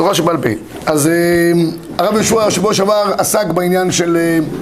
תורה שבעל פה. אז הרב יהושע שבוע שעבר עסק בעניין של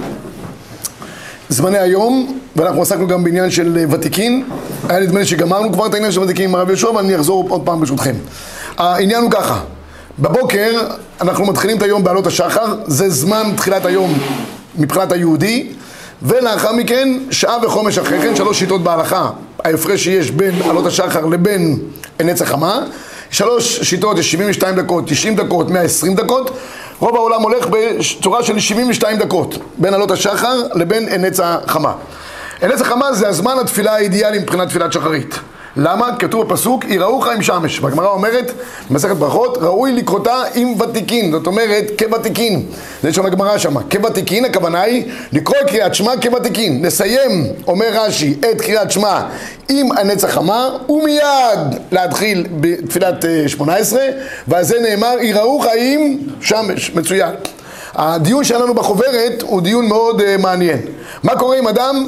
זמני היום, ואנחנו עסקנו גם בעניין של ותיקין. היה נדמה לי שגמרנו כבר את העניין של ותיקין עם הרב יהושע, אבל אני אחזור עוד פעם ברשותכם. העניין הוא ככה, בבוקר אנחנו מתחילים את היום בעלות השחר, זה זמן תחילת היום מבחינת היהודי, ולאחר מכן שעה וחומש אחרי כן, 3 שיטות בהלכה, ההפרש שיש בין עלות השחר לבין נץ החמה, 3 שיטות, יש 72 דקות, 90 דקות, 120 דקות, רוב העולם הולך בצורה של 72 דקות, בין עלות השחר לבין נץ החמה. נץ החמה זה הזמן התפילה האידיאלי מבחינת תפילת שחרית. למה? כתוב בפסוק, יראוך עם שמש. והגמרא אומרת, במסכת ברכות, ראוי לקרותה עם ותיקין. זאת אומרת, כוותיקין. זה שם הגמרא שמה. כוותיקין, הכוונה היא לקרוא את קריאת שמע כוותיקין. נסיים, אומר רש"י, את קריאת שמע עם הנץ החמה, ומיד להתחיל בתפילת 18, ועל זה נאמר, יראוך עם שמש. מצוין. הדיון שלנו בחוברת הוא דיון מאוד מעניין. מה קורה עם אדם?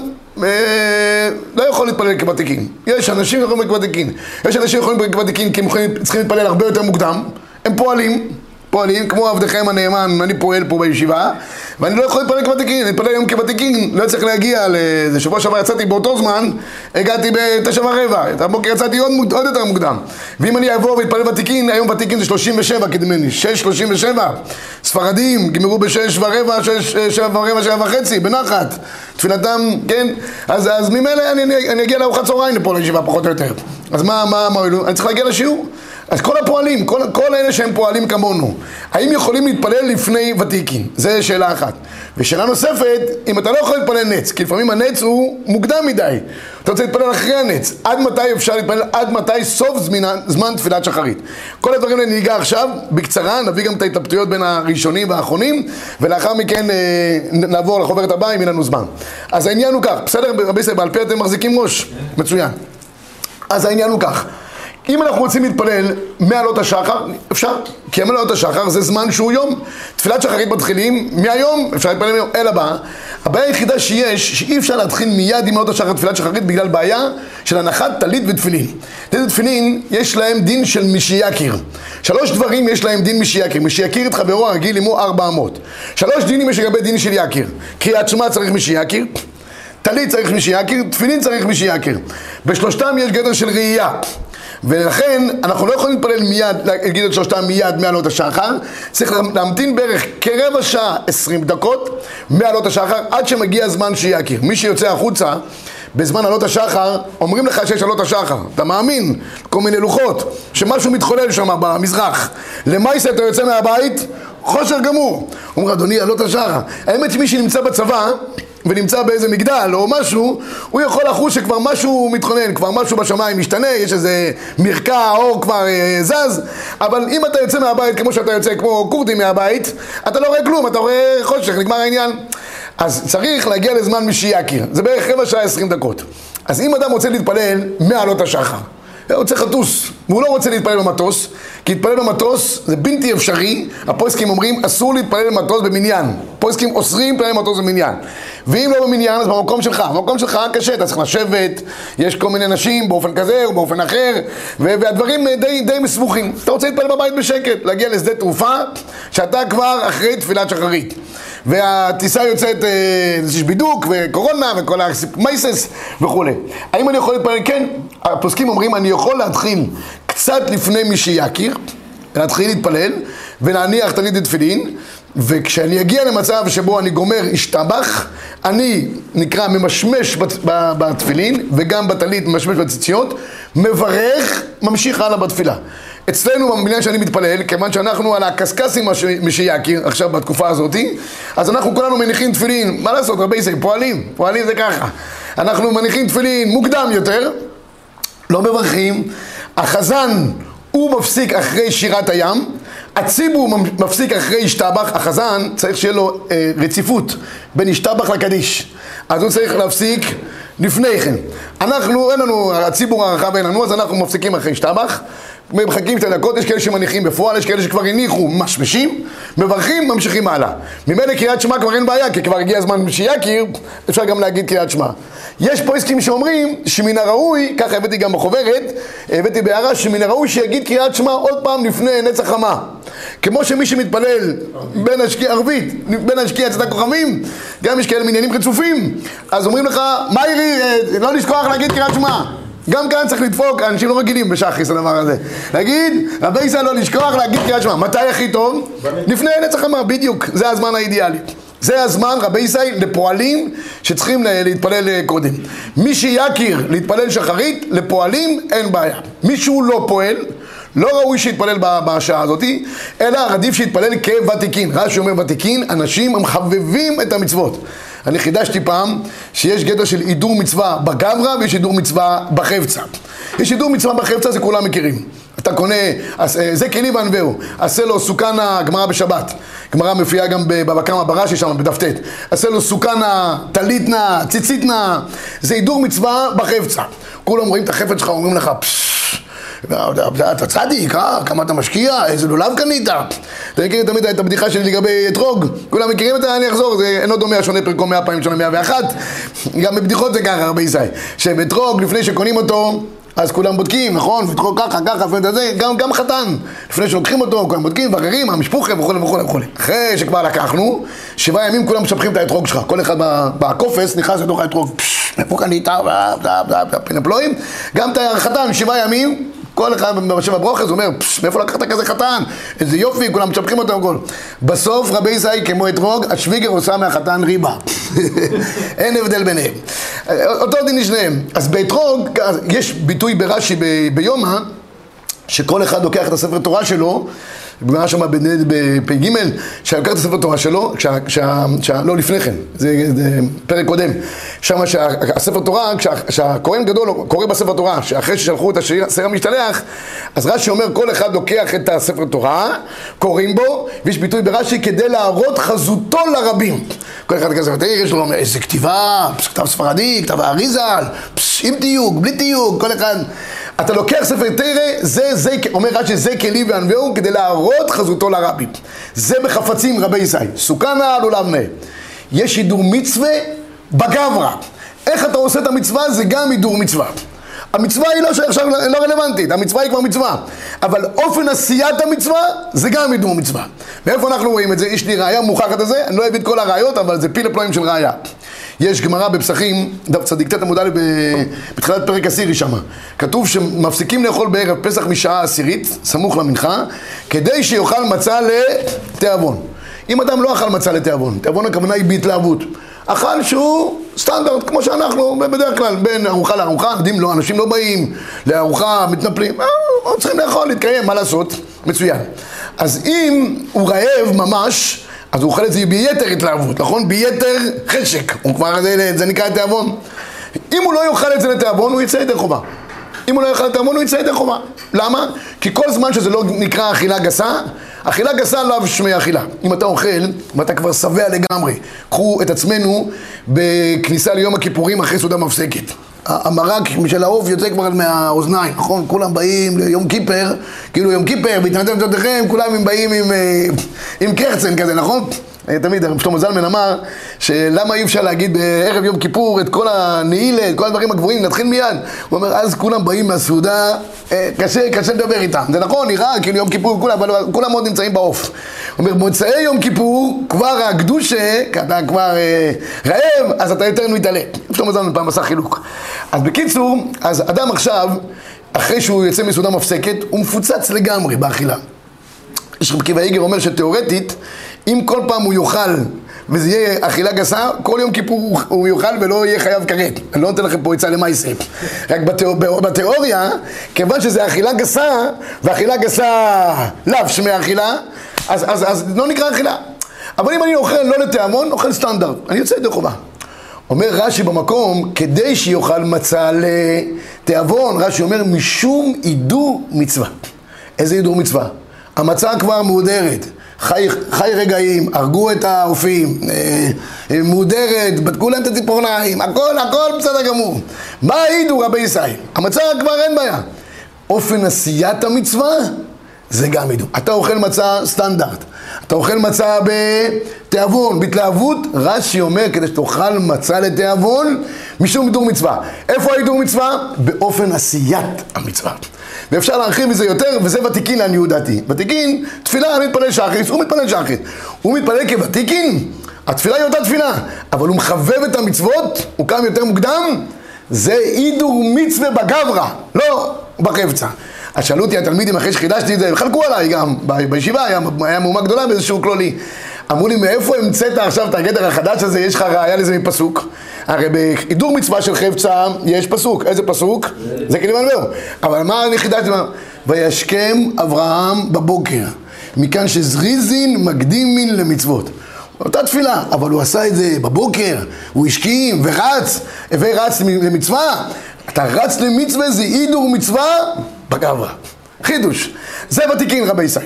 לא יכול להתפלל כוותיקין. יש אנשים שיכולים כוותיקין. יש אנשים שיכולים כוותיקין כי הם צריכים להתפלל הרבה יותר מוקדם. הם פועלים כמו עבדכם הנאמן, אני פועל פה בישיבה, ואני לא יכול להתפלל כוותיקין. אני מתפלל היום כוותיקין, לא צריך להגיע לזה. שבוע שעבר יצאתי באותו זמן, הגעתי ב9:15, הבוקר יצאתי עוד יותר מוקדם. ואם אני אעבור והתפלל ותיקין, היום ותיקין זה 37 כדמני, 6:37. ספרדים גמרו ב6:15, 7:15, בנחת, תפילתם, כן? אז ממילא אני אגיע לארוחת צהריים לפה לישיבה פחות או יותר. אז מה אני צריך להגיע לשיעור? אז כל הפועלים, כל אלה שהם פועלים כמונו, האם יכולים להתפלל לפני ותיקין? זו שאלה אחת. ושאלה נוספת, אם אתה לא יכול להתפלל נץ, כי לפעמים הנץ הוא מוקדם מדי, אתה רוצה להתפלל אחרי הנץ, עד מתי אפשר להתפלל, עד מתי סוף זמן תפילת שחרית? כל הדברים האלה ניגע עכשיו, בקצרה, נביא גם את ההתלבטויות בין הראשונים והאחרונים, ולאחר מכן נעבור לחוברת הבאה אם אין לנו זמן. אז העניין הוא כך, בסדר? רבי ישראל, בעל פה אתם מחזיקים ראש? מצוין. אז העניין הוא כך, אם אנחנו רוצים להתפלל מעלות השחר, אפשר, כי מעלות השחר זה זמן שהוא יום. תפילת שחרית מתחילים מהיום, אפשר להתפלל מהיום, אלא הבעיה היחידה שיש, שאי אפשר להתחיל מיד עם מעלות השחר תפילת שחרית בגלל בעיה של הנחת טלית ותפילין. טלית ותפילין יש להם דין של משייקיר. 3 דברים יש להם דין משייקיר. משייקיר את חברו הרגיל עמו 400. 3 דינים יש לגבי דין של יקיר. קריאת שמע צריך משייקיר, טלית צריך משייקיר, תפילין צריך משייקיר. בשלושתם יש גדר של ראייה. ולכן אנחנו לא יכולים להתפלל מיד, להגיד את שלושתם מיד מעלות השחר, צריך להמתין בערך כרבע שעה 20 דקות מעלות השחר עד שמגיע הזמן שיכיר. מי שיוצא החוצה בזמן עלות השחר, אומרים לך שיש עלות השחר, אתה מאמין? כל מיני לוחות, שמשהו מתחולל שם במזרח. למעשה אתה יוצא מהבית, חושר גמור. אומר אדוני עלות השחר. האמת שמי שנמצא בצבא ונמצא באיזה מגדל או משהו, הוא יכול לחוש שכבר משהו מתכונן, כבר משהו בשמיים משתנה, יש איזה מרקע, האור כבר זז, אבל אם אתה יוצא מהבית כמו שאתה יוצא כמו קורדי מהבית, אתה לא רואה כלום, אתה רואה חושך, נגמר העניין. אז צריך להגיע לזמן משייקיר, זה בערך רבע שעה 20 דקות. אז אם אדם רוצה להתפלל מעלות השחר, הוא צריך לטוס, והוא לא רוצה להתפלל במטוס, כי להתפלל במטוס זה בלתי אפשרי. הפוסקים אומרים אסור להתפלל במטוס במניין, פוסקים אוסרים להתפלל במטוס במניין, ואם לא במניין אז במקום שלך קשה, אתה צריך לשבת, יש כל מיני אנשים באופן כזה או באופן אחר, והדברים די מסבוכים. אתה רוצה להתפלל בבית בשקט, להגיע לשדה תעופה שאתה כבר אחרי תפילת שחרית והטיסה יוצאת, יש בידוק וקורונה וכל המייסס וכו'. האם אני יכול להתפלל? כן, הפוסקים אומרים אני יכול להתחיל קצת לפני מי שיכיר, להתחיל להתפלל ולהניח טלית ותפילין, וכשאני אגיע למצב שבו אני גומר השתבח, אני נקרא ממשמש בתפילין וגם בטלית ממשמש בציציות, מברך, ממשיך הלאה בתפילה. אצלנו במניין שאני מתפלל, כיוון שאנחנו על הקסקסים משייקיר עכשיו בתקופה הזאת, אז אנחנו כולנו מניחים תפילין. מה לעשות? רבי ישראל, פועלים זה ככה. אנחנו מניחים תפילין מוקדם יותר, לא מברכים. החזן הוא מפסיק אחרי שירת הים, הציבור מפסיק אחרי השתבח. החזן צריך שיהיה לו רציפות בין השתבח לקדיש, אז הוא צריך להפסיק לפני כן. אנחנו, אין לנו, הציבור הרחב אין לנו, אז אנחנו מפסיקים אחרי השתבח, מחכים 2 דקות, יש כאלה שמניחים בפועל, יש כאלה שכבר הניחו משמשים, מברכים, ממשיכים הלאה. ממילא קריאת שמע כבר אין בעיה, כי כבר הגיע הזמן שיכיר, אפשר גם להגיד קריאת שמע. יש פה עסקים שאומרים שמן הראוי, ככה הבאתי גם בחוברת, הבאתי בהערה שמן הראוי שיגיד קריאת שמע עוד פעם לפני נץ החמה. כמו שמי שמתפלל בין השקיע ערבית, בין השקיע יצאת הכוכבים, גם יש כאלה מניינים חצופים, אז אומרים לך, מה ירי, לא לשכוח להגיד קריאת שמע. גם כאן צריך לדפוק, אנשים לא רגילים בשחריס הדבר הזה. להגיד, רבי ישראל לא לשכוח להגיד קריאת שמע. מתי הכי טוב? לפני נצח חמה, בדיוק, זה הזמן האידיאלי. זה הזמן, רבי ישראל, לפועלים שצריכים להתפלל קודם. מי שיכיר להתפלל שחרית, לפועלים אין בעיה. מי שהוא לא פועל, לא ראוי שיתפלל בשעה הזאת, אלא עדיף שיתפלל כוותיקין. רש"י אומר ותיקין, אנשים המחבבים את המצוות. אני חידשתי פעם שיש גדר של הידור מצווה בגברא ויש הידור מצווה בחפצה. יש הידור מצווה בחפצה, זה כולם מכירים. אתה קונה, זה כלי וענווהו, עשה לו סוכנה, גמרא בשבת. גמרא מופיעה גם בבבא קמא ברש"י שם, בדף ט'. עשה לו סוכנה, טליתנה, ציציתנה. זה הידור מצווה בחפצה. כולם רואים את החפץ שלך, אומרים לך, אתה צדיק, כמה אתה משקיע, איזה לולב קנית. אתה מכיר תמיד את הבדיחה שלי לגבי אתרוג, כולם מכירים את זה, אני אחזור, זה אינו דומה, שונה פרקו 100 פעמים, שונה 101. גם בבדיחות זה ככה, הרבה ישראל, שבאתרוג לפני שקונים אותו, אז כולם בודקים, נכון? ואתרוג ככה, גם חתן, לפני שלוקחים אותו, כולם בודקים, וררים, המשפוחה וכו'. אחרי שכבר לקחנו, 7 ימים כולם משפחים את האתרוג שלך, כל אחד בקופס נכנס לתוך האתרוג, איפה קנית, פינפלואים, גם את החתן 7 ימים, כל אחד בשבע ברוכס אומר, מאיפה לקחת כזה חתן? איזה יופי, כולם משפחים אותו הכל. בסוף רבי ישראל כמו אתרוג, השוויגר עושה מהחתן ריבה. אין הבדל ביניהם. אותו דין לשניהם. אז באתרוג, יש ביטוי ברש"י ביומא, שכל אחד לוקח את הספר תורה שלו, בגמרא שם בפ"ג, שלוקח את הספר תורה שלו, לא לפני כן, זה פרק קודם, שם שהספר תורה, כשהכהן גדול קורא בספר תורה, שאחרי ששלחו את הסיר המשתלח, אז רש"י אומר, כל אחד לוקח את הספר תורה, קוראים בו, ויש ביטוי ברש"י כדי להראות חזותו לרבים. כל אחד כזה, יש לו איזה כתיבה, כתב ספרדי, כתב האריזל, עם תיוג, בלי תיוג, כל אחד. אתה לוקח ספר תורה, אומר רש"י, זה כלי וענווהו כדי להראות חזותו לרבים. זה בחפצים רבי ישראל. סוכנה על עולם נאה. יש הידור מצווה בגברא. איך אתה עושה את המצווה? זה גם הידור מצווה. המצווה היא עכשיו לא רלוונטית, המצווה היא כבר מצווה. אבל אופן עשיית המצווה זה גם הידור מצווה. ואיפה אנחנו רואים את זה? יש לי ראיה מוכחת לזה, אני לא אביא את כל הראיות, אבל זה פיל הפלואים של ראיה. יש גמרא בפסחים, דף צדיק ט' עמוד א' בתחילת פרק עשירי שמה. כתוב שמפסיקים לאכול בערב פסח משעה עשירית, סמוך למנחה, כדי שיאכל מצה לתיאבון. אם אדם לא אכל מצה לתיאבון, תיאבון הכוונה היא בהתלהבות. אכל שהוא סטנדרט, כמו שאנחנו בדרך כלל, בין ארוחה לארוחה, אנשים לא באים לארוחה, מתנפלים, צריכים לאכול, להתקיים, מה לעשות? מצוין. אז אם הוא רעב ממש, אז הוא אוכל את זה ביתר התלהבות, נכון? ביתר חשק, זה נקרא תיאבון. אם הוא לא יאכל את זה לתיאבון, הוא יצא ידי חובה. אם הוא לא יאכל לתיאבון, הוא יצא ידי חובה. למה? כי כל זמן שזה לא נקרא אכילה גסה, אכילה גסה לאו שמי אכילה. אם אתה אוכל, ואתה כבר שבע לגמרי, קחו את עצמנו בכניסה ליום הכיפורים אחרי סעודה מפסקת. המרק של העוף יוצא כבר מהאוזניים, נכון? כולם באים ליום כיפר, כאילו יום כיפר, בהתנדב מצאותיכם, כולם הם באים עם קרצן כזה, נכון? תמיד, הרב שלמה זלמן אמר, שלמה אי אפשר להגיד בערב יום כיפור את כל הנעילה, את כל הדברים הגבוהים, נתחיל מיד. הוא אומר, אז כולם באים מהסעודה, קשה לדבר איתם. זה נכון, נראה, כאילו יום כיפור, כולם עוד נמצאים בעוף. הוא אומר, מוצאי יום כיפור, כבר הקדושה, כי אתה כבר רעב, אז אתה יותר מתעלה. הרב שלמה זלמן פעם עשה חילוק. אז בקיצור, אז אדם עכשיו, אחרי שהוא יוצא מסעודה מפסקת, הוא מפוצץ לגמרי באכילה. יש רב עקיבא איגר אומר שתיאורטית, אם כל פעם הוא יאכל וזה יהיה אכילה גסה, כל יום כיפור הוא יאכל ולא יהיה חייב כרת. אני לא נותן לכם פה עצה למעשה. רק בתיאוריה, כיוון שזה אכילה גסה, ואכילה גסה לאו שמי אכילה, אז לא נקרא אכילה. אבל אם אני אוכל לא לתיאבון, אוכל סטנדרט. אני יוצא ידי חובה. אומר רש"י במקום, כדי שיאכל מצה לתיאבון, רש"י אומר, משום הידור מצווה. איזה הידור מצווה? המצה כבר מודרת. חי רגעים, הרגו את האופים, מודרת, בדקו להם את הציפורניים, הכל בסדר גמור. מה העידו רבי ישראל? המצה כבר אין בעיה. אופן עשיית המצווה, זה גם עידו. אתה אוכל מצה סטנדרט. אתה אוכל מצה בתיאבון, בהתלהבות. רש"י אומר כדי שתאכל מצה לתיאבון משום הידור מצווה. איפה ההידור מצווה? באופן עשיית המצווה. ואפשר להרחיב מזה יותר, וזה ותיקין לעניות דעתי. ותיקין, תפילה, אני מתפלל שחריס, הוא מתפלל שחריס. הוא מתפלל כוותיקין, התפילה היא אותה תפילה, אבל הוא מחבב את המצוות, הוא קם יותר מוקדם, זה הידור מצווה בגברא, לא בחפצה. אז שאלו אותי התלמידים אחרי שחידשתי את זה, חלקו עליי גם בישיבה, היה מהומה גדולה באיזשהו כלולי. אמרו לי, מאיפה המצאת עכשיו את הגדר החדש הזה, יש לך ראיה לזה מפסוק? הרי בהידור מצווה של חפצה יש פסוק. איזה פסוק? זה כלי מנבר. אבל מה אני חידשתי? וישכם אברהם בבוקר, מכאן שזריזין מקדימין למצוות. אותה תפילה, אבל הוא עשה את זה בבוקר, הוא השכים ורץ למצווה. אתה רץ למצווה, זה הידור מצווה בגברא. חידוש. זה ותיקין רבי ישראל.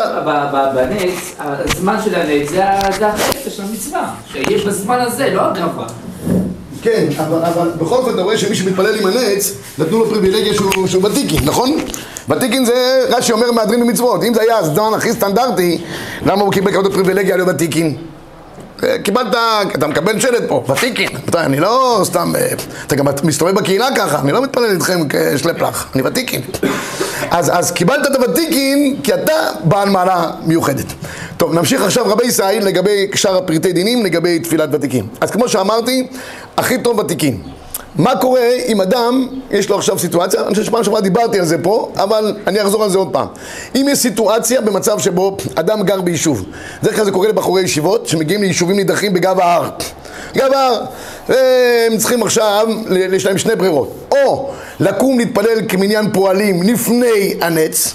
בנץ, הזמן של הנץ זה החפץ של המצווה, שיש בזמן הזה, לא הגברא. כן, אבל בכל זאת אתה רואה שמי שמתפלל עם הנץ, נתנו לו פריבילגיה שהוא ותיקין, נכון? ותיקין זה רש"י אומר מהדרין במצוות. אם זה היה הזדון הכי סטנדרטי, למה הוא קיבל כזאת פריבילגיה להיות ותיקין? קיבלת, אתה מקבל שלט פה, ותיקין. אני לא סתם, אתה גם מסתובב בקהילה ככה, אני לא מתפלל איתכם כשלפלח, אני ותיקין. אז קיבלת את הוותיקין כי אתה בעל מעלה מיוחדת. טוב, נמשיך עכשיו רבי ישראל לגבי שאר הפרטי דינים, לגבי תפילת ותיקין. אז כמו שאמרתי, הכי טוב ותיקין. מה קורה אם אדם, יש לו עכשיו סיטואציה, אני חושב שפעם שעברה דיברתי על זה פה, אבל אני אחזור על זה עוד פעם. אם יש סיטואציה במצב שבו אדם גר ביישוב, דרך כלל זה קורה לבחורי ישיבות שמגיעים ליישובים נידחים בגב ההר. גב ההר, הם צריכים עכשיו, יש להם שני ברירות. או לקום להתפלל כמניין פועלים לפני הנץ,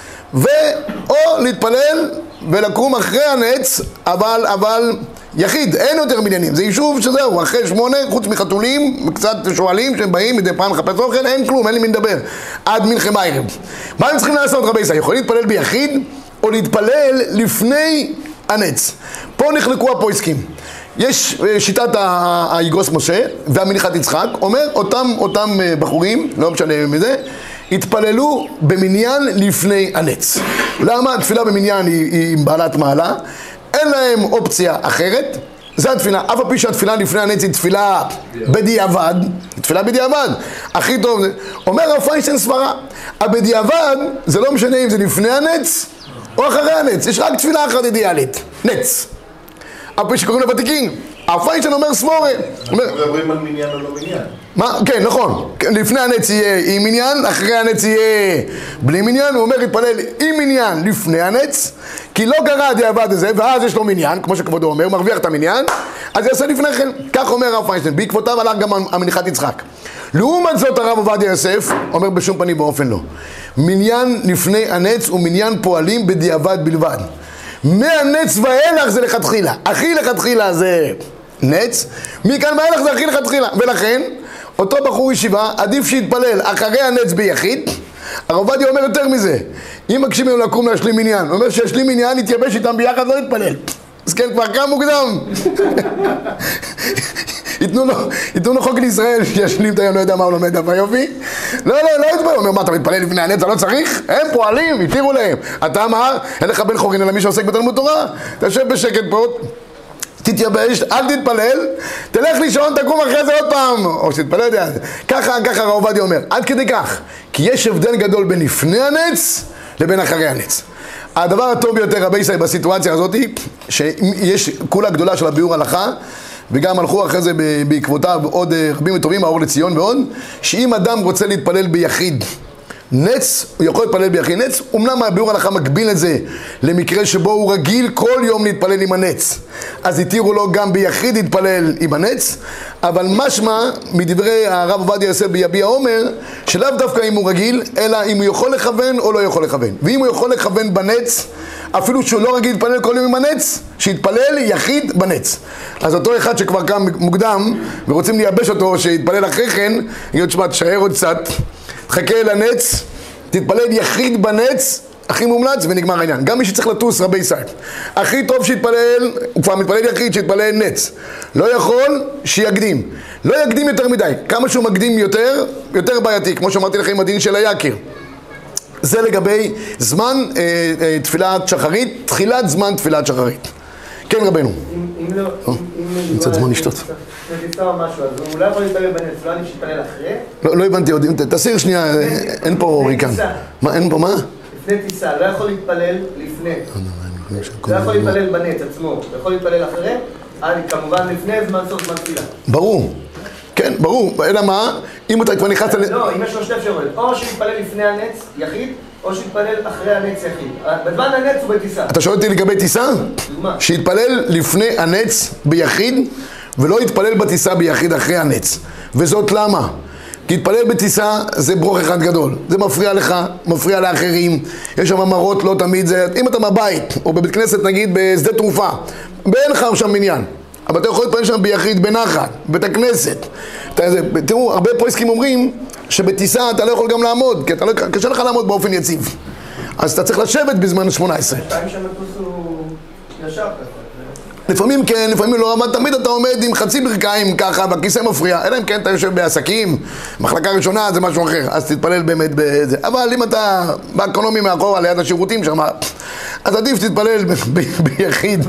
או להתפלל ולקום אחרי הנץ, אבל יחיד, אין יותר מניינים, זה יישוב שזהו, אחרי 8, חוץ מחתולים, קצת שואלים שהם באים מדי פעם לחפש אוכל, אין כלום, אין לי מי לדבר, עד מלחם הערב. מה הם צריכים לעשות רבי ישראל? יכולים להתפלל ביחיד, או להתפלל לפני הנץ. פה נחלקו הפויסקים. יש שיטת היגרוס משה והמנחת יצחק, אומר אותם בחורים, לא משנה מזה, התפללו במניין לפני הנץ. למה? התפילה במניין היא בעלת מעלה, אין להם אופציה אחרת, זה התפילה, אף הפי שהתפילה לפני הנץ היא תפילה בדיעבד, תפילה בדיעבד, הכי טוב, אומר הרב פיינשטיין סברה, הבדיעבד זה לא משנה אם זה לפני הנץ או אחרי הנץ, יש רק תפילה אחת אידיאלית, נץ. אף פי שקוראים לוותיקין, הרב פיינשטיין אומר סבורה. אנחנו מדברים על מניין או לא מניין. מה? כן, נכון. לפני הנץ יהיה עם מניין, אחרי הנץ יהיה בלי מניין. הוא אומר, יתפלל עם מניין לפני הנץ, כי לא קרה דיעבד הזה, ואז יש לו מניין, כמו שכבודו אומר, הוא מרוויח את המניין, אז יעשה לפני כן. כך אומר הרב פיינשטיין, בעקבותיו הלך גם המנחת יצחק. לעומת זאת הרב עובדיה יוסף אומר בשום פנים ואופן לא. מניין לפני הנץ הוא מניין פועלים בדיעבד בלבד. מהנץ ואילך זה לכתחילה. הכי לכתחילה זה נץ, מכאן ואילך זה הכי לכתחילה. ולכן, אותו בחור ישיבה, עדיף שיתפלל אחרי הנץ ביחיד. הרב עובדיה אומר יותר מזה, אם מקשים להם לקום להשלים מניין, הוא אומר שישלים מניין, יתייבש איתם ביחד, לא יתפלל. אז כן, כבר קם מוקדם. ייתנו לו חוק לישראל שישלים את היום, לא יודע מה הוא לומד, אבל יופי. לא יתפלל, הוא אומר, מה אתה מתפלל לפני הנץ, אתה לא צריך? הם פועלים, יתירו להם. אתה אמר, אין לך בן חורין אלא מי שעוסק בתלמוד תורה, תשב בשקט פה, תתייבש, אל תתפלל, תלך לישון, תקום אחרי זה עוד פעם, או שתתפלל, ככה הרב עובדיה אומר, עד כדי כך, כי יש הבדל גדול בין לפני הנץ לבין אחרי הנץ. הדבר הטוב ביותר רבי ישראל בסיטואציה הזאת, שיש כולה גדולה של הביאור הלכה, וגם הלכו אחרי זה בעקבותיו עוד רבים וטובים, האור לציון ועוד, שאם אדם רוצה להתפלל ביחיד נץ, הוא יכול להתפלל ביחיד נץ, אמנם הביאור הלכה מקביל את זה למקרה שבו הוא רגיל כל יום להתפלל עם הנץ, אז התירו לו גם ביחיד להתפלל עם הנץ, אבל משמע מדברי הרב עובדיה יוסף ביביע אומר, שלאו דווקא אם הוא רגיל, אלא אם הוא יכול לכוון או לא יכול לכוון. ואם הוא יכול לכוון בנץ, אפילו שהוא לא רגיל להתפלל כל יום עם הנץ, שיתפלל יחיד בנץ. אז אותו אחד שכבר קם מוקדם ורוצים לייבש אותו שיתפלל אחרי כן, יגיד תשמע, תשאר עוד קצת, תחכה לנץ, תתפלל יחיד בנץ, הכי מומלץ ונגמר העניין. גם מי שצריך לטוס רבי ישראל, הכי טוב שיתפלל, הוא כבר מתפלל יחיד, שיתפלל נץ. לא יכול, שיקדים. לא יקדים יותר מדי. כמה שהוא מקדים יותר בעייתי, כמו שאמרתי לכם עם הדין של היקר. זה לגבי זמן תפילת שחרית, תחילת זמן תפילת שחרית. כן רבנו. אם לא, נמצאת זמן לשתות. נתפסה או משהו, אז הוא לא יכול להתפלל בנץ, לא אני שיתפלל אחרי? לא הבנתי עוד, תסיר שנייה, אין פה ריקן. מה, אין פה מה? לפני טיסה, לא יכול להתפלל לפני. לא יכול להתפלל בנץ עצמו, לא יכול להתפלל אחרי, כמובן לפני זמן סוף זמן תפילה. ברור. כן, ברור, אלא מה? אם אתה כבר נכנסת לא, אם יש לו שתי אפשרויות, או שיתפלל לפני הנץ, יחיד, או שיתפלל אחרי הנץ יחיד. בזמן הנץ הוא בטיסה. אתה שואל אותי לגבי טיסה? דוגמה. שיתפלל לפני הנץ ביחיד, ולא יתפלל בטיסה ביחיד אחרי הנץ. וזאת למה? כי להתפלל בטיסה זה ברוך אחד גדול. זה מפריע לך, מפריע לאחרים. יש שם מראות, לא תמיד זה... אם אתה בבית, או בבית כנסת נגיד בשדה תרופה, ואין לך שם מניין. אבל אתה יכול להתפלל שם ביחיד, בנחת, בית הכנסת. תראו, הרבה פויסקים אומרים שבטיסה אתה לא יכול גם לעמוד, כי קשה לך לעמוד באופן יציב. אז אתה צריך לשבת בזמן 18. פעמים שהמטוס הוא ישר ככה. לפעמים כן, לפעמים לא, אבל תמיד אתה עומד עם חצי ברכיים ככה, והכיסא מפריע. אלא אם כן אתה יושב בעסקים, מחלקה ראשונה זה משהו אחר, אז תתפלל באמת בזה. אבל אם אתה באקונומי מאחורה ליד השירותים שם, אז עדיף תתפלל ביחיד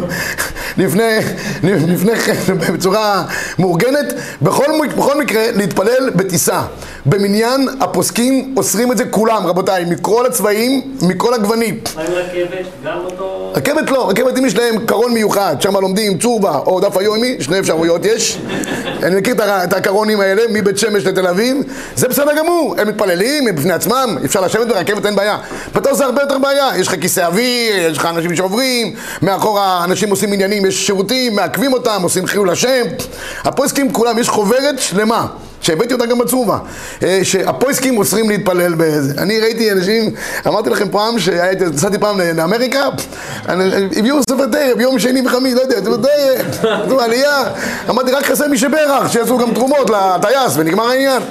לפני כן, בצורה מאורגנת. בכל מקרה, להתפלל בטיסה. במניין הפוסקים אוסרים את זה כולם, רבותיי, מכל הצבעים, מכל הגוונים. מה עם רכבת? גם אותו... רכבת לא, רכבת אם יש להם קרון מיוחד, שם לומדים צורבה או דף היומי, שני אפשרויות יש. אני מכיר את הקרונים האלה, מבית שמש לתל אביב, זה בסדר גמור, הם מתפללים, הם בפני עצמם, אפשר לשבת ברכבת, אין בעיה. פתאום זה הרבה יותר בעיה, יש לך כיסא אוויר, יש לך אנשים שעוברים, מאחורה אנשים עושים עניינים, יש שירותים, מעכבים אותם, עושים חילול השם. הפוסקים כולם, יש חוברת שלמה, שהבאתי אותה גם בצורבה, שהפויסקים אוסרים להתפלל בזה. אני ראיתי אנשים, אמרתי לכם פעם, נסעתי פעם לאמריקה, הביאו ספר תרב, יום שני וחמישי, לא יודע, זו עלייה, אמרתי רק חסר מי שברך, שיעשו גם תרומות לטייס, ונגמר העניין.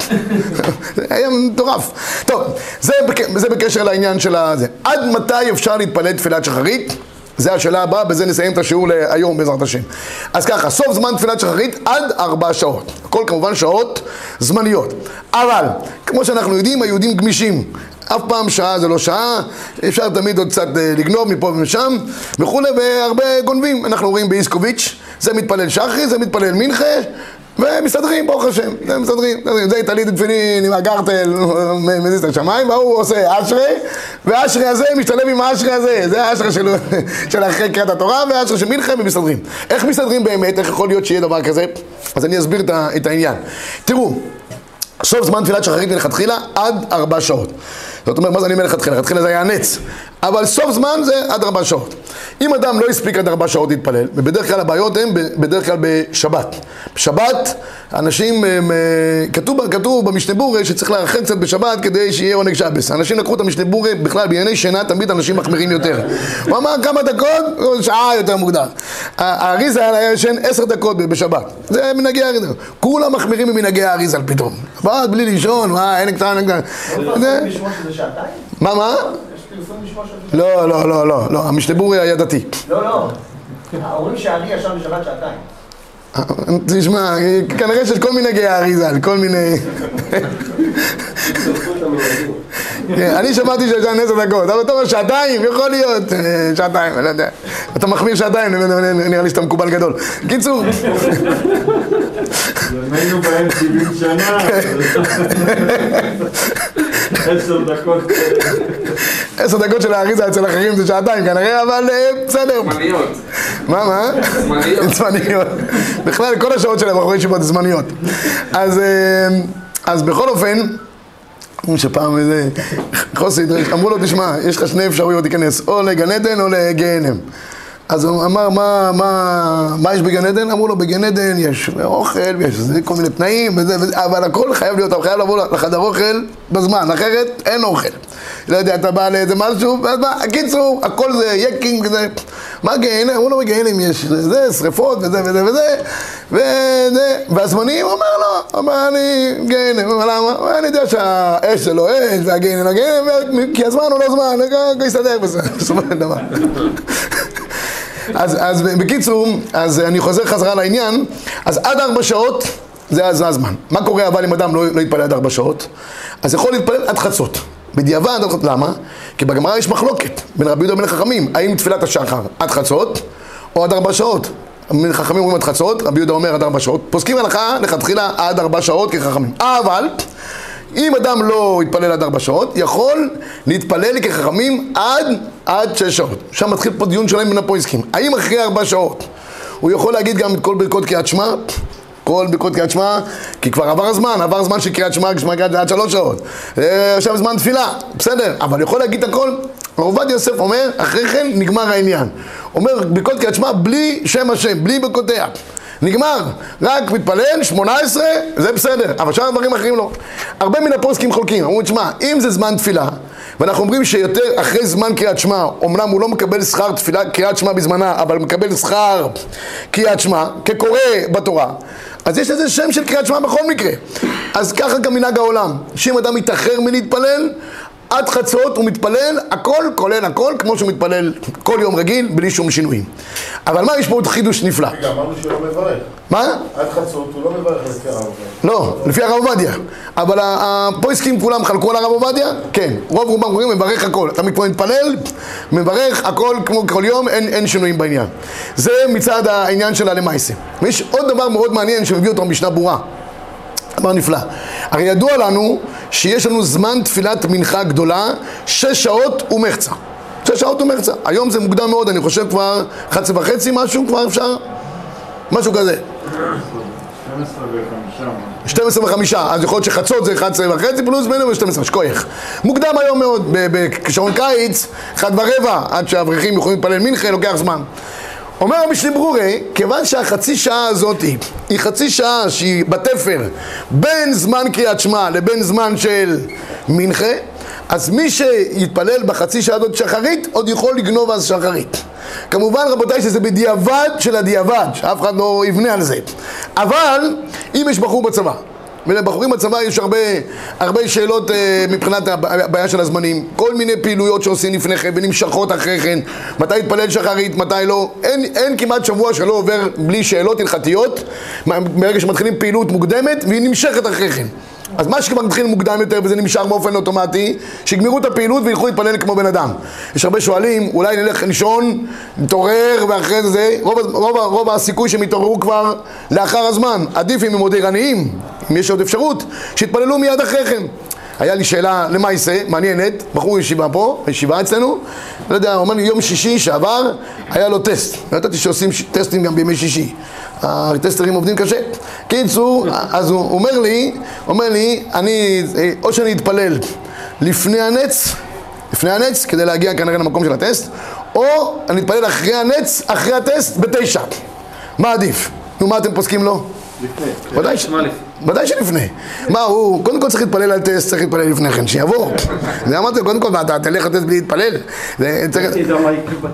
היה מטורף. טוב, זה בקשר לעניין של הזה. עד מתי אפשר להתפלל תפילת שחרית? זה השאלה הבאה, בזה נסיים את השיעור להיום בעזרת השם. אז ככה, סוף זמן תפילת שחרית עד 4 שעות. הכל כמובן שעות זמניות. אבל, כמו שאנחנו יודעים, היהודים גמישים. אף פעם שעה זה לא שעה, אפשר תמיד עוד קצת לגנוב מפה ומשם, וכולי, והרבה גונבים. אנחנו רואים באיסקוביץ', זה מתפלל שחרי, זה מתפלל מנחה, ומסתדרים, ברוך השם, זה מסתדרים. זה תליד את תפילין עם הגרטל, מזיז את השמיים, והוא עושה אשרי, והאשרי הזה משתלב עם האשרי הזה. זה האשרי של אחרי קריאת התורה, והאשרי של מנחה, ומסתדרים. איך מסתדרים באמת? איך יכול להיות שיהיה דבר כזה? אז אני אסביר את העניין. תראו, סוף זמן תפילת שחרית מלכתחילה עד 4 שעות. זאת אומרת, מה זה אני מלכתחילה? מלכתחילה זה היה נץ. אבל סוף זמן זה עד 4 שעות. אם אדם לא הספיק עד 4 שעות להתפלל, ובדרך כלל הבעיות הן בדרך כלל בשבת. בשבת, אנשים, כתוב במשנה בורה שצריך להרחק קצת בשבת כדי שיהיה עונג שבס. אנשים לקחו את המשנה בורה, בכלל בענייני שינה תמיד אנשים מחמירים יותר. הוא אמר כמה דקות, שעה יותר מוקדם. האריזה היה ישן 10 דקות בשבת. זה מנהגי האריזה. כולם מחמירים ממנהגי האריזה על פתאום. שבת בלי לישון, אין קטן, אין קטן. זה שעתיים? מה? לא, המשנה בורי היה דתי. לא, אומרים שהארי ישב בשבת שעתיים. תשמע, כנראה שיש כל מיני גאי האריזה, כל מיני... אני שמעתי שישן 10 דקות, אבל אתה אומר שעתיים, יכול להיות שעתיים, אני לא יודע. אתה מחמיר שעתיים, נראה לי שאתה מקובל גדול. קיצור. היינו בהם 70 שנה. 10 דקות. 10 דקות של האריזה אצל אחרים זה שעתיים כנראה, אבל בסדר. זמניות. מה? זמניות. זמניות. בכלל כל השעות של הבחורי ישיבות זמניות. אז בכל אופן, שפעם איזה חוסיד, אמרו לו תשמע, יש לך 2 אפשרויות להיכנס, או לגן עדן או לגיהנם. אז הוא אמר, מה יש בגן עדן? אמרו לו, בגן עדן יש אוכל, ויש כל מיני תנאים, אבל הכל חייב להיות, אתה חייב לבוא לחדר אוכל בזמן, אחרת אין אוכל. לא יודע, אתה בא לאיזה משהו, ואז מה, הקיצור, הכל זה יקינג, זה... מה גהנם? אמרו לו, בגהנם יש זה, שריפות וזה וזה וזה, והזמנים, הוא אומר לו, אמר אני גהנם, למה? אני יודע שהאש זה לא אש, והגהנם לא גהנם, כי הזמן הוא לא זמן, יסתדר בזה, בסופו של דבר. אז בקיצור, אז אני חוזר חזרה לעניין, אז עד 4 שעות זה הזמן. מה קורה אבל אם אדם לא יתפלל עד 4 שעות? אז יכול להתפלל עד חצות. בדיעבד, למה? כי בגמרא יש מחלוקת בין רבי יהודה ובין החכמים, האם תפילת השחר עד חצות או עד 4 שעות. חכמים אומרים עד חצות, רבי יהודה אומר עד 4 שעות, פוסקים הלכה לכתחילה עד 4 שעות כחכמים. אבל אם אדם לא יתפלל עד 4 שעות, יכול להתפלל כחכמים עד 6 שעות. שם מתחיל פה דיון שלהם בין הפוסקים. האם אחרי 4 שעות הוא יכול להגיד גם את כל ברכות קריאת שמע? כל ברכות קריאת שמע, כי כבר עבר הזמן של קריאת שמע, עד 3 שעות. עכשיו זמן תפילה, בסדר, אבל יכול להגיד את הכל. הרב עובדיה יוסף אומר, אחרי כן נגמר העניין. אומר, ברכות קריאת שמע בלי שם השם, בלי ברכותיה. נגמר, רק מתפלל, 18, זה בסדר, אבל שאר הדברים אחרים לא. הרבה מן הפוסקים חולקים, אמרו, תשמע, אם זה זמן תפילה, ואנחנו אומרים שיותר אחרי זמן קריאת שמע, אומנם הוא לא מקבל שכר תפילה, קריאת שמע בזמנה, אבל מקבל שכר קריאת שמע, כקורא בתורה, אז יש לזה שם של קריאת שמע בכל מקרה. אז ככה גם מנהג העולם, שאם אדם מתאחר מלהתפלל, עד חצות הוא מתפלל, הכל, כולל הכל, כמו שהוא מתפלל כל יום רגיל, בלי שום שינויים. אבל מה, יש פה עוד חידוש נפלא. רגע, אמרנו שהוא לא מברך. מה? עד חצות הוא לא מברך לפי הרב עובדיה. לא, לפי הרב עובדיה. אבל הפוסקים כולם חלקו על הרב עובדיה? כן. רוב רובם אומרים, מברך הכל. אתה מתפלל, מברך הכל כמו כל יום, אין שינויים בעניין. זה מצד העניין של הלמייסה. ויש עוד דבר מאוד מעניין שמביא אותו משנה ברורה. דבר נפלא. הרי ידוע לנו שיש לנו זמן תפילת מנחה גדולה, 6 שעות ומחצה. 6 שעות ומחצה. היום זה מוקדם מאוד, אני חושב כבר 11:30 משהו, כבר אפשר? משהו כזה. 12:05. אז יכול להיות שחצות זה 11:30 פלוס בינינו ו-12, שכוייך. מוקדם היום מאוד, בשעון קיץ, 1:15, עד שהאברכים יכולים להתפלל מנחה, לוקח זמן. אומר המשנה ברורה, כיוון שהחצי שעה הזאת היא חצי שעה שהיא בתפר בין זמן קריאת שמע לבין זמן של מנחה, אז מי שיתפלל בחצי שעה הזאת שחרית, עוד יכול לגנוב אז שחרית. כמובן רבותיי שזה בדיעבד של הדיעבד, שאף אחד לא יבנה על זה. אבל אם יש בחור בצבא, ולבחורים בצבא יש הרבה שאלות מבחינת הבעיה של הזמנים, כל מיני פעילויות שעושים לפני כן ונמשכות אחרי כן, מתי יתפלל שחרית, מתי לא, אין כמעט שבוע שלא עובר בלי שאלות הלכתיות, ברגע שמתחילים פעילות מוקדמת והיא נמשכת אחרי כן. אז מה שכבר מתחיל מוקדם יותר וזה נמשך באופן אוטומטי, שיגמרו את הפעילות וילכו להתפלל כמו בן אדם. יש הרבה שואלים, אולי נלך לישון, נתעורר ואחרי זה, רוב הסיכוי שהם יתעוררו כבר לאחר הזמן. עדיף אם הם עוד ערניים, אם יש עוד אפשרות, שיתפללו מיד אחרי כן. היה לי שאלה למעשה, מעניינת, בחור ישיבה פה, ישיבה אצלנו, לא יודע, הוא אומר לי, יום שישי שעבר, היה לו טסט. לא ידעתי שעושים טסטים גם בימי שישי. הטסטרים עובדים קשה. קיצור, אז הוא אומר לי, או שאני אתפלל לפני הנץ, כדי להגיע כנראה למקום של הטסט, או אני אתפלל אחרי הנץ, אחרי הטסט, ב9. מה עדיף? נו, מה אתם פוסקים לו? ודאי שלפני. מה, הוא קודם כל צריך להתפלל על טסט, צריך להתפלל לפני כן, שיעבור. זה אמרתי לו, קודם כל, אתה תלך לטסט בלי להתפלל. תדע מה יקרה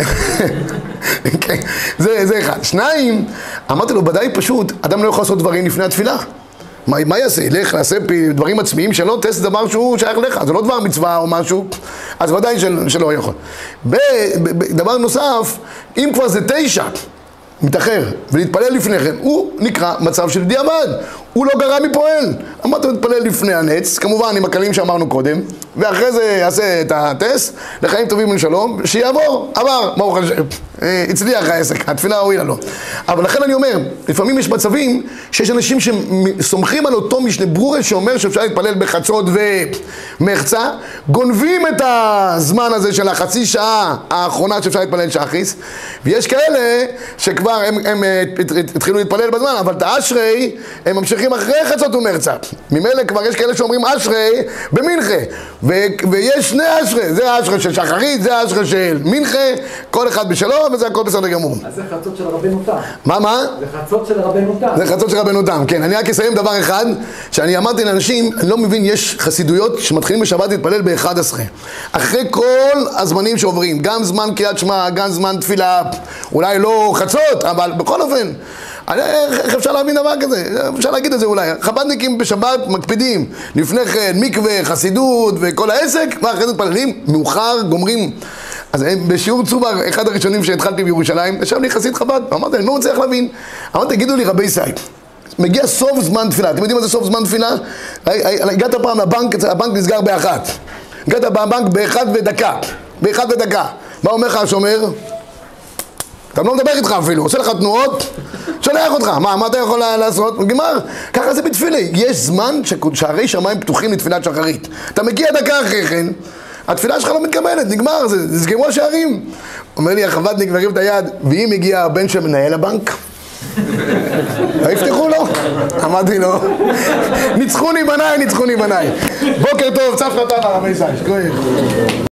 בטסט. זה אחד. 2, אמרתי לו, ודאי פשוט, אדם לא יכול לעשות דברים לפני התפילה. מה יעשה? ילך, נעשה דברים עצמיים שלא, טסט זה דבר שהוא שייך לך, זה לא דבר מצווה או משהו, אז ודאי שלא יכול. דבר נוסף, אם כבר זה 9, מתאחר ולהתפלל לפני כן, הוא נקרא מצב של דיעבד, הוא לא גרע מפועל. אמרת להתפלל לפני הנץ, כמובן עם הכלים שאמרנו קודם, ואחרי זה יעשה את הטסט, לחיים טובים ולשלום, שיעבור, עבר, ברוך השם, הצליח העסק, התפילה הועילה לו. אבל לכן אני אומר, לפעמים יש מצבים שיש אנשים שסומכים על אותו משנה ברורה שאומר שאפשר להתפלל בחצות ומחצה, גונבים את הזמן הזה של החצי שעה האחרונה שאפשר להתפלל שחריס, ויש כאלה שכבר הם התחילו להתפלל בזמן, אבל את האשרי הם ממשיכים אחרי חצות ומחצה. ממילא כבר יש כאלה שאומרים אשרי במנחה, ויש 2 אשרי, זה האשרי של שחרית, זה האשרי של מנחה, כל אחד בשלו וזה הכל בסדר גמור. אז זה חצות של רבנו תם. מה? זה חצות של רבנו תם. זה חצות של רבנו תם, כן. אני רק אסיים דבר אחד, שאני אמרתי לאנשים, אני לא מבין, יש חסידויות שמתחילים בשבת להתפלל ב-11. אחרי כל הזמנים שעוברים, גם זמן קריאת שמע, גם זמן תפילה, אולי לא חצות, אבל בכל אופן, איך אפשר להבין דבר כזה? אפשר להגיד את זה אולי. חב"דניקים בשבת מקפידים, לפני כן מקווה, חסידות וכל העסק, ואחרי זה מתפללים, מאוחר, גומרים. אז בשיעור צובר, אחד הראשונים שהתחלתי בירושלים, ישב לי חסיד חב"ד, אמרתי, אני לא מצליח להבין. אמרתי, תגידו לי רבי סי, מגיע סוף זמן תפילה, אתם יודעים מה זה סוף זמן תפילה? הגעת פעם לבנק, הבנק נסגר ב1. הגעת בבנק באחד ודקה. מה אומר לך השומר? אתה לא מדבר איתך אפילו, עושה לך תנועות, שולח אותך, מה אתה יכול לעשות? נגמר, ככה זה בתפילה, יש זמן שערי שמיים פתוחים לתפילת שחרית. אתה מגיע דקה אחרי כן, התפילה שלך לא מתקבלת, נגמר, זה סגרו השערים. אומר לי החבדניק מרים את היד, ואם הגיע הבן של מנהל הבנק? לא יפתחו לו? אמרתי לו, ניצחוני בניי. בוקר טוב, צף חתן הרבי זייש, כהן.